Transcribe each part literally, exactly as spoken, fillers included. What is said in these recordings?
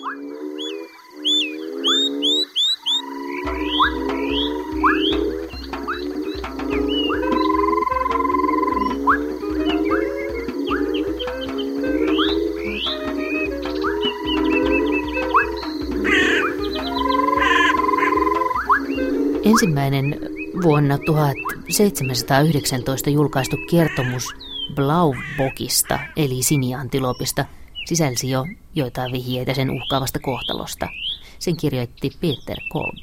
Ensimmäinen vuonna tuhatseitsemänsataayhdeksäntoista julkaistu kertomus Blaubokista eli siniantilopista sisälsi jo joitain vihjeitä sen uhkaavasta kohtalosta. Sen kirjoitti Peter Kolb.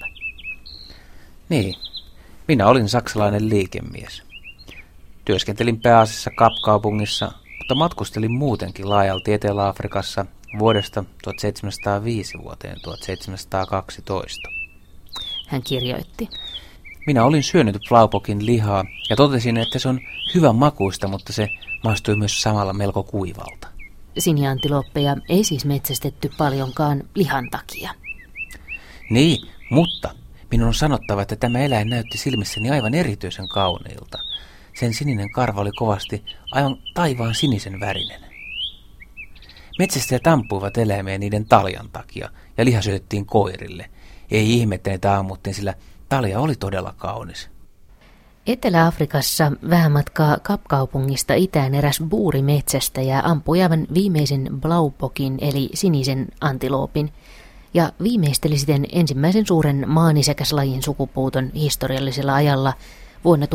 Niin, minä olin saksalainen liikemies. Työskentelin pääasiassa Kapkaupungissa, mutta matkustelin muutenkin laajalti Etelä-Afrikassa vuodesta tuhatseitsemänsataaviisi vuoteen tuhatseitsemänsataakaksitoista. Hän kirjoitti. Minä olin syönyt Blaubokin lihaa ja totesin, että se on hyvän makuista, mutta se maistui myös samalla melko kuivalta. Siniantiloppeja ei siis metsästetty paljonkaan lihan takia. Niin, mutta minun on sanottava, että tämä eläin näytti silmissäni aivan erityisen kauniilta. Sen sininen karva oli kovasti aivan taivaan sinisen värinen. Metsästäjät ampuivat eläimiä niiden taljan takia ja liha syötettiin koirille. Ei ihme, että niitä ammuttiin, sillä talja oli todella kaunis. Etelä-Afrikassa vähän matkaa Kapkaupungista itään eräs buurimetsästäjä ampui aivan viimeisen Blaubokin eli sinisen antiloopin ja viimeisteli siten ensimmäisen suuren maanisäkäslajin sukupuuton historiallisella ajalla vuonna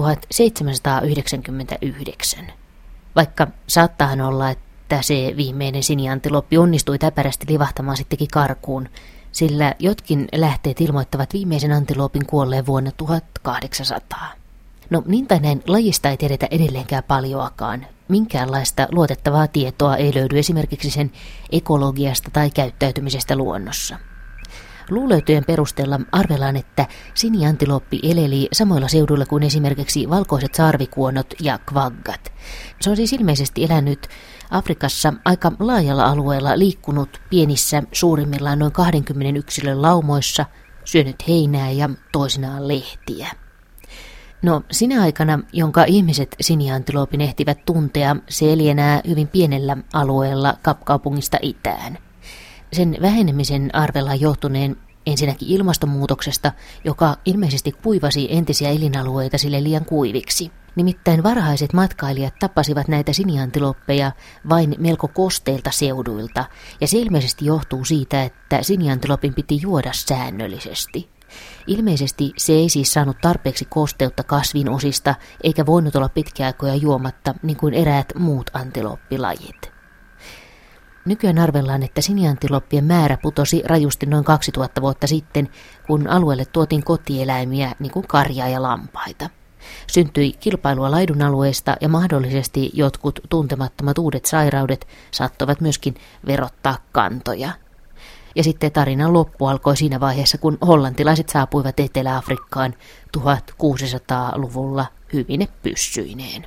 tuhatseitsemänsataayhdeksänkymmentäyhdeksän. Vaikka saattaahan olla, että se viimeinen siniantiloppi onnistui täpärästi livahtamaan sittenkin karkuun, sillä jotkin lähteet ilmoittavat viimeisen antiloopin kuolleen vuonna tuhatkahdeksansataa. No niin tai näin lajista ei tiedetä edelleenkään paljoakaan. Minkäänlaista luotettavaa tietoa ei löydy esimerkiksi sen ekologiasta tai käyttäytymisestä luonnossa. Luulöytöjen perusteella arvellaan, että siniantiloppi eleli samoilla seuduilla kuin esimerkiksi valkoiset sarvikuonot ja kvaggat. Se on siis ilmeisesti elänyt Afrikassa aika laajalla alueella, liikkunut pienissä suurimmillaan noin kaksikymmentä yksilön laumoissa, syönyt heinää ja toisinaan lehtiä. No sinä aikana, jonka ihmiset siniantiloopin ehtivät tuntea, se eli enää hyvin pienellä alueella Kapkaupungista itään. Sen vähenemisen arvellaan johtuneen ensinnäkin ilmastonmuutoksesta, joka ilmeisesti kuivasi entisiä elinalueita sille liian kuiviksi. Nimittäin varhaiset matkailijat tapasivat näitä siniantiloppeja vain melko kosteilta seuduilta, ja se ilmeisesti johtuu siitä, että siniantilopin piti juoda säännöllisesti. Ilmeisesti se ei siis saanut tarpeeksi kosteutta kasvin osista, eikä voinut olla pitkiä aikoja juomatta, niin kuin eräät muut antiloppilajit. Nykyään arvellaan, että siniantiloppien määrä putosi rajusti noin kaksituhatta vuotta sitten, kun alueelle tuotiin kotieläimiä, niin kuin karjaa ja lampaita. Syntyi kilpailua laidunalueista ja mahdollisesti jotkut tuntemattomat uudet sairaudet saattoivat myöskin verottaa kantoja. Ja sitten tarinan loppu alkoi siinä vaiheessa, kun hollantilaiset saapuivat Etelä-Afrikkaan tuhatkuusisataaluvulla hyvine pyssyineen.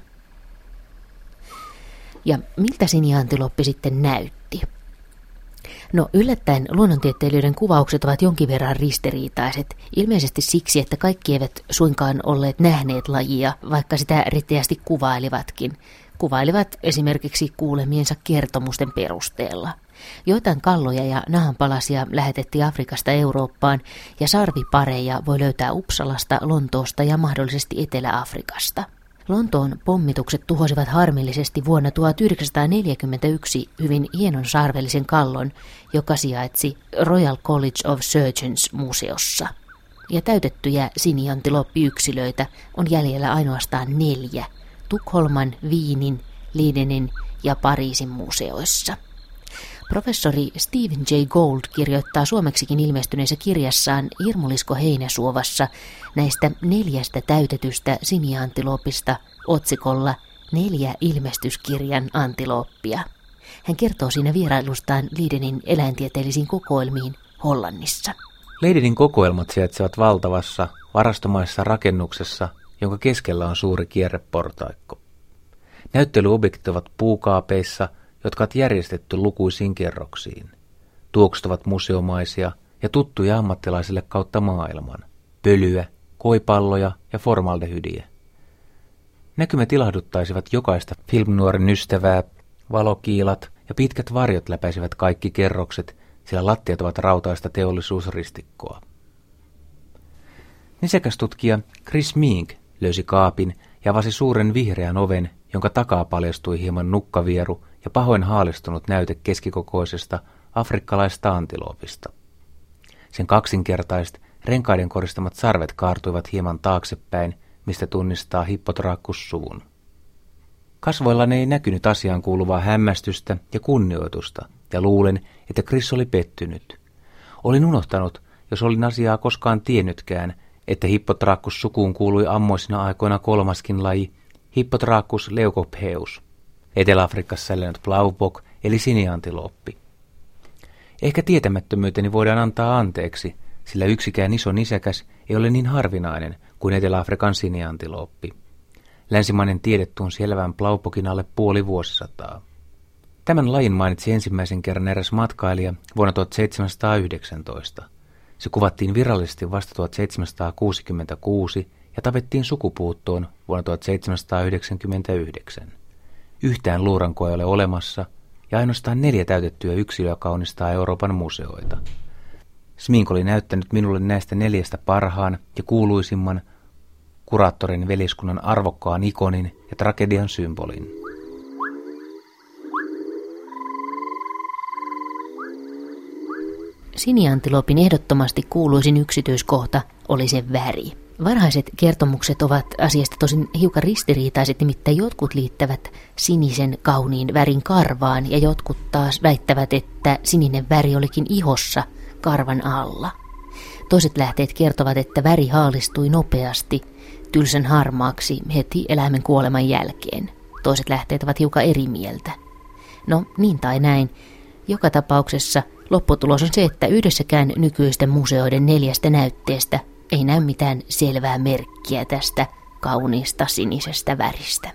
Ja miltä siniantiloppi sitten näytti? No yllättäen luonnontieteilijöiden kuvaukset ovat jonkin verran ristiriitaiset, ilmeisesti siksi, että kaikki eivät suinkaan olleet nähneet lajia, vaikka sitä ripeästi kuvailivatkin. Kuvailivat esimerkiksi kuulemiensa kertomusten perusteella. Joitain kalloja ja nahanpalasia lähetettiin Afrikasta Eurooppaan ja sarvipareja voi löytää Uppsalasta, Lontoosta ja mahdollisesti Etelä-Afrikasta. Lontoon pommitukset tuhosivat harmillisesti vuonna tuhatyhdeksänsataaneljäkymmentäyksi hyvin hienon sarvellisen kallon, joka sijaitsi Royal College of Surgeons museossa. Ja täytettyjä siniantiloppiyksilöitä on jäljellä ainoastaan neljä Tukholman, Viinin, Leidenin ja Pariisin museoissa. Professori Stephen J. Gould kirjoittaa suomeksikin ilmestyneessä kirjassaan Hirmulisko heinäsuovassa näistä neljästä täytetystä siniantilopista otsikolla Neljä ilmestyskirjan antiloppia. Hän kertoo siinä vierailustaan Leidenin eläintieteellisiin kokoelmiin Hollannissa. Leidenin kokoelmat sijaitsevat valtavassa, varastomaisessa rakennuksessa, jonka keskellä on suuri kierreportaikko. Näyttelyobjektit ovat puukaapeissa, jotka on järjestetty lukuisiin kerroksiin. Tuoksut ovat museomaisia ja tuttuja ammattilaisille kautta maailman. Pölyä, koipalloja ja formaldehydiä. Näkymät ilahduttaisivat jokaista filmnuoren ystävää, valokiilat ja pitkät varjot läpäisivät kaikki kerrokset, sillä lattiat ovat rautaista teollisuusristikkoa. Nisäkästutkija Chris Mink löysi kaapin ja avasi suuren vihreän oven, jonka takaa paljastui hieman nukkavieru ja pahoin haalistunut näyte keskikokoisesta afrikkalaista antiloopista. Sen kaksinkertaiset, renkaiden koristamat sarvet kaartuivat hieman taaksepäin, mistä tunnistaa Hippotraccus-suvun. Kasvoillaan ei näkynyt asiaan kuuluvaa hämmästystä ja kunnioitusta, ja luulen, että Chris oli pettynyt. Olin unohtanut, jos olin asiaa koskaan tiennytkään, että Hippotraccus-sukuun kuului ammoisina aikoina kolmaskin laji, Hippotraccus leucopheus, Etelä-Afrikassa elänyt plowbok eli siniantilooppi. Ehkä tietämättömyyteni voidaan antaa anteeksi, sillä yksikään iso nisäkäs ei ole niin harvinainen kuin Etelä-Afrikan siniantilooppi. Länsimainen tiede tunsi elävän plowbokin alle puoli vuosisataa. Tämän lajin mainitsi ensimmäisen kerran eräs matkailija vuonna tuhatseitsemänsataayhdeksäntoista. Se kuvattiin virallisesti vasta tuhatseitsemänsataakuusikymmentäkuusi ja tapettiin sukupuuttoon vuonna tuhatseitsemänsataayhdeksänkymmentäyhdeksän. Yhtään luurankoa ei ole olemassa ja ainoastaan neljä täytettyä yksilöä kaunistaa Euroopan museoita. Smink oli näyttänyt minulle näistä neljästä parhaan ja kuuluisimman kuraattorin veliskunnan arvokkaan ikonin ja tragedian symbolin. Siniantiloopin ehdottomasti kuuluisin yksityiskohta oli sen väri. Varhaiset kertomukset ovat asiasta tosin hiukan ristiriitaiset, nimittäin jotkut liittävät sinisen kauniin värin karvaan ja jotkut taas väittävät, että sininen väri olikin ihossa karvan alla. Toiset lähteet kertovat, että väri haalistui nopeasti tylsän harmaaksi heti eläimen kuoleman jälkeen. Toiset lähteet ovat hiukan eri mieltä. No niin tai näin. Joka tapauksessa lopputulos on se, että yhdessäkään nykyisten museoiden neljästä näytteestä ei näy mitään selvää merkkiä tästä kauniista sinisestä väristä.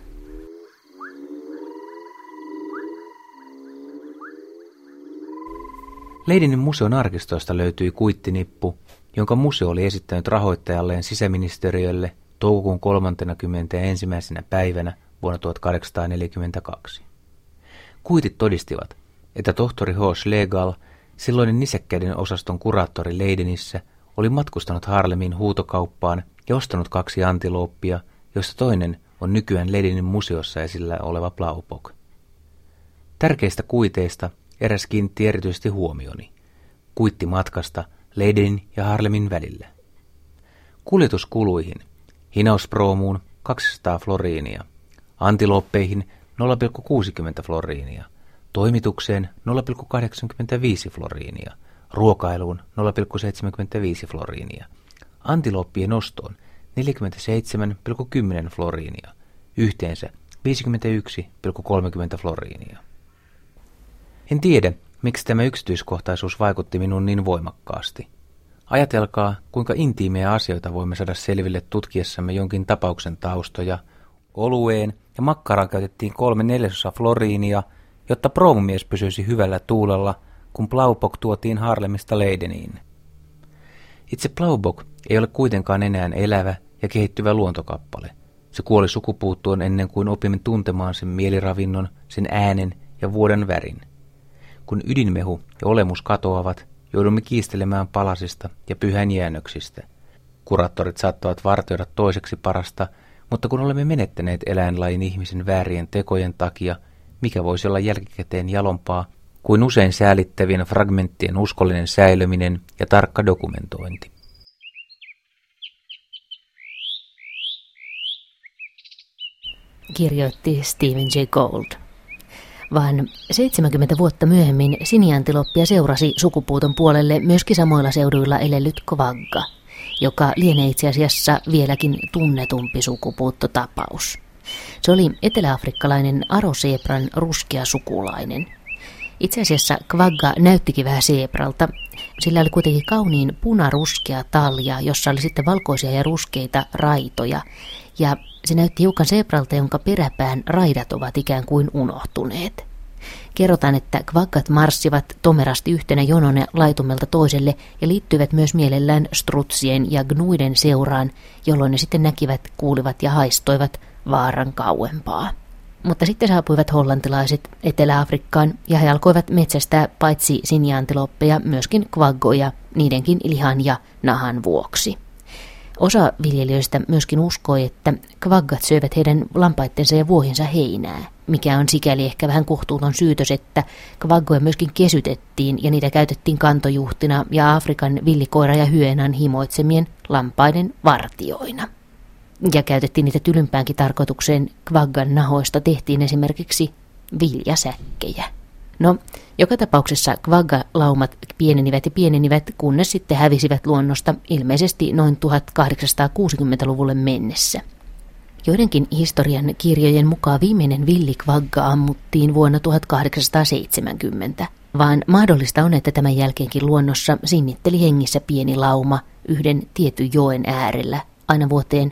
Leidinin museon arkistoista löytyi kuittinippu, jonka museo oli esittänyt rahoittajalleen sisäministeriölle toukokuun kolmantenakymmenentenäensimmäisenä päivänä vuonna tuhatkahdeksansataaneljäkymmentäkaksi. Kuitit todistivat, että tohtori H. Schlegel, silloinen nisäkkäiden osaston kuraattori Leidenissä, oli matkustanut Haarlemin huutokauppaan ja ostanut kaksi antilooppia, joista toinen on nykyään Leidinin museossa esillä oleva plowbok. Tärkeistä kuiteista eräs kiinnitti erityisesti huomioni. Kuitti matkasta Leidenin ja Haarlemin välillä. Kuljetuskuluihin hinausproomuun kaksisataa floriinia, antilooppeihin nolla pilkku kuusikymmentä floriinia, toimitukseen nolla pilkku kahdeksankymmentäviisi floriinia, ruokailuun nolla pilkku seitsemänkymmentäviisi floriinia, antilooppien ostoon neljäkymmentäseitsemän pilkku kymmenen floriinia, yhteensä viisikymmentäyksi pilkku kolmekymmentä floriinia. En tiedä, miksi tämä yksityiskohtaisuus vaikutti minuun niin voimakkaasti. Ajatelkaa, kuinka intiimejä asioita voimme saada selville tutkiessamme jonkin tapauksen taustoja. Olueen ja makkaraan käytettiin kolme neljäsosa floriinia, jotta proomumies pysyisi hyvällä tuulella, kun plowbok tuotiin Haarlemista Leideniin. Itse plowbok ei ole kuitenkaan enää elävä ja kehittyvä luontokappale. Se kuoli sukupuuttoon ennen kuin opimme tuntemaan sen mieliravinnon, sen äänen ja vuoden värin. Kun ydinmehu ja olemus katoavat, joudumme kiistelemään palasista ja pyhän jäännöksistä. Kuraattorit saattavat vartioida toiseksi parasta, mutta kun olemme menettäneet eläinlajin ihmisen väärien tekojen takia, mikä voisi olla jälkikäteen jalompaa kuin usein säälittävien fragmenttien uskollinen säilyminen ja tarkka dokumentointi. Kirjoitti Stephen J. Gould. Vaan seitsemänkymmentä vuotta myöhemmin siniantiloppia seurasi sukupuuton puolelle myöskin samoilla seuduilla elellyt kvagga, joka lienee itse asiassa vieläkin tunnetumpi sukupuuttotapaus. Se oli eteläafrikkalainen arosebran ruskea sukulainen. Itse asiassa kvagga näyttikin vähän sebralta. Sillä oli kuitenkin kauniin punaruskea talja, jossa oli sitten valkoisia ja ruskeita raitoja. Ja se näytti hiukan sebralta, jonka peräpään raidat ovat ikään kuin unohtuneet. Kerrotaan, että kvaggat marssivat tomerasti yhtenä jonona laitumelta toiselle ja liittyivät myös mielellään strutsien ja gnuiden seuraan, jolloin ne sitten näkivät, kuulivat ja haistoivat vaaran kauempaa. Mutta sitten saapuivat hollantilaiset Etelä-Afrikkaan ja he alkoivat metsästää paitsi siniantiloppeja myöskin kvaggoja niidenkin lihan ja nahan vuoksi. Osa viljelijöistä myöskin uskoi, että kvaggat syövät heidän lampaittensa ja vuohinsa heinää, mikä on sikäli ehkä vähän kohtuuton syytös, että kvaggoja myöskin kesytettiin ja niitä käytettiin kantojuhtina ja Afrikan villikoira ja hyenan himoitsemien lampaiden vartioina. Ja käytettiin niitä tylympäänkin tarkoitukseen. Kvaggan nahoista tehtiin esimerkiksi viljasäkkejä. No, joka tapauksessa kvaggalaumat pienenivät ja pienenivät, kunnes sitten hävisivät luonnosta ilmeisesti noin tuhatkahdeksansataakuusikymmentäluvulle mennessä. Joidenkin historian kirjojen mukaan viimeinen villikvagga ammuttiin vuonna tuhatkahdeksansataaseitsemänkymmentä, vaan mahdollista on, että tämän jälkeenkin luonnossa sinnitteli hengissä pieni lauma yhden tietyn joen äärellä aina vuoteen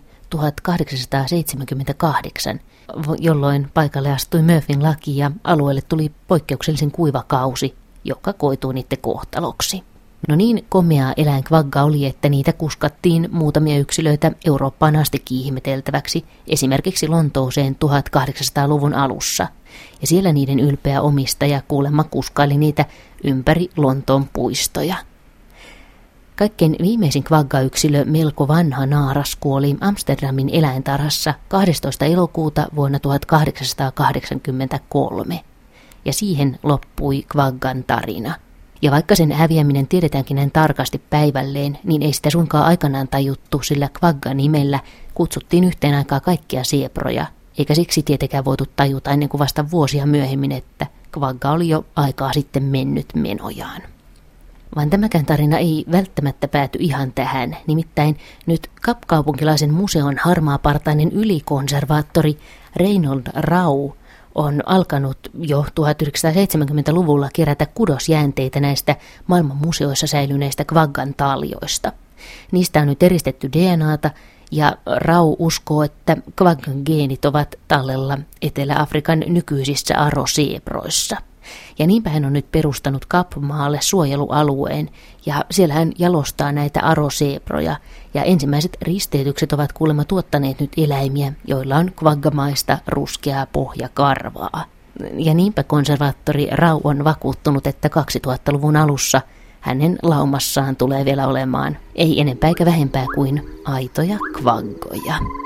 tuhatkahdeksansataaseitsemänkymmentäkahdeksan, jolloin paikalle astui Murphyn laki ja alueelle tuli poikkeuksellisen kuiva kausi, joka koitui niiden kohtaloksi. No niin komeaa eläinkvagga oli, että niitä kuskattiin muutamia yksilöitä Eurooppaan asti ihmeteltäväksi, esimerkiksi Lontooseen tuhatkahdeksansataaluvun alussa. Ja siellä niiden ylpeä omistaja kuulemma kuskaili niitä ympäri Lontoon puistoja. Kaikkein viimeisin kvagga-yksilö, melko vanha naaras, kuoli Amsterdamin eläintarhassa kahdestoista elokuuta vuonna tuhatkahdeksansataakahdeksankymmentäkolme. Ja siihen loppui kvaggan tarina. Ja vaikka sen häviäminen tiedetäänkin näin tarkasti päivälleen, niin ei sitä suinkaan aikanaan tajuttu, sillä kvagga-nimellä kutsuttiin yhteen aikaa kaikkia sieproja, eikä siksi tietenkään voitu tajuta ennen kuin vasta vuosia myöhemmin, että kvagga oli jo aikaa sitten mennyt menojaan. Vaan tämäkään tarina ei välttämättä pääty ihan tähän, nimittäin nyt kapkaupunkilaisen museon harmaapartainen ylikonservaattori Reinhold Rau on alkanut jo tuhatyhdeksänsataaseitsemänkymmentäluvulla kerätä kudosjäänteitä näistä maailman museoissa säilyneistä kvaggan taljoista. Niistä on nyt eristetty D N A:ta ja Rau uskoo, että kvaggan geenit ovat tallella Etelä-Afrikan nykyisissä aroseebroissa. Ja niinpä hän on nyt perustanut Kapmaalle suojelualueen ja siellä hän jalostaa näitä aroseebroja ja ensimmäiset risteytykset ovat kuulemma tuottaneet nyt eläimiä, joilla on kvaggamaista ruskeaa pohjakarvaa. Ja niinpä konservaattori Rau on vakuuttunut, että kaksituhattaluvun alussa hänen laumassaan tulee vielä olemaan ei enempää eikä vähempää kuin aitoja kvaggoja.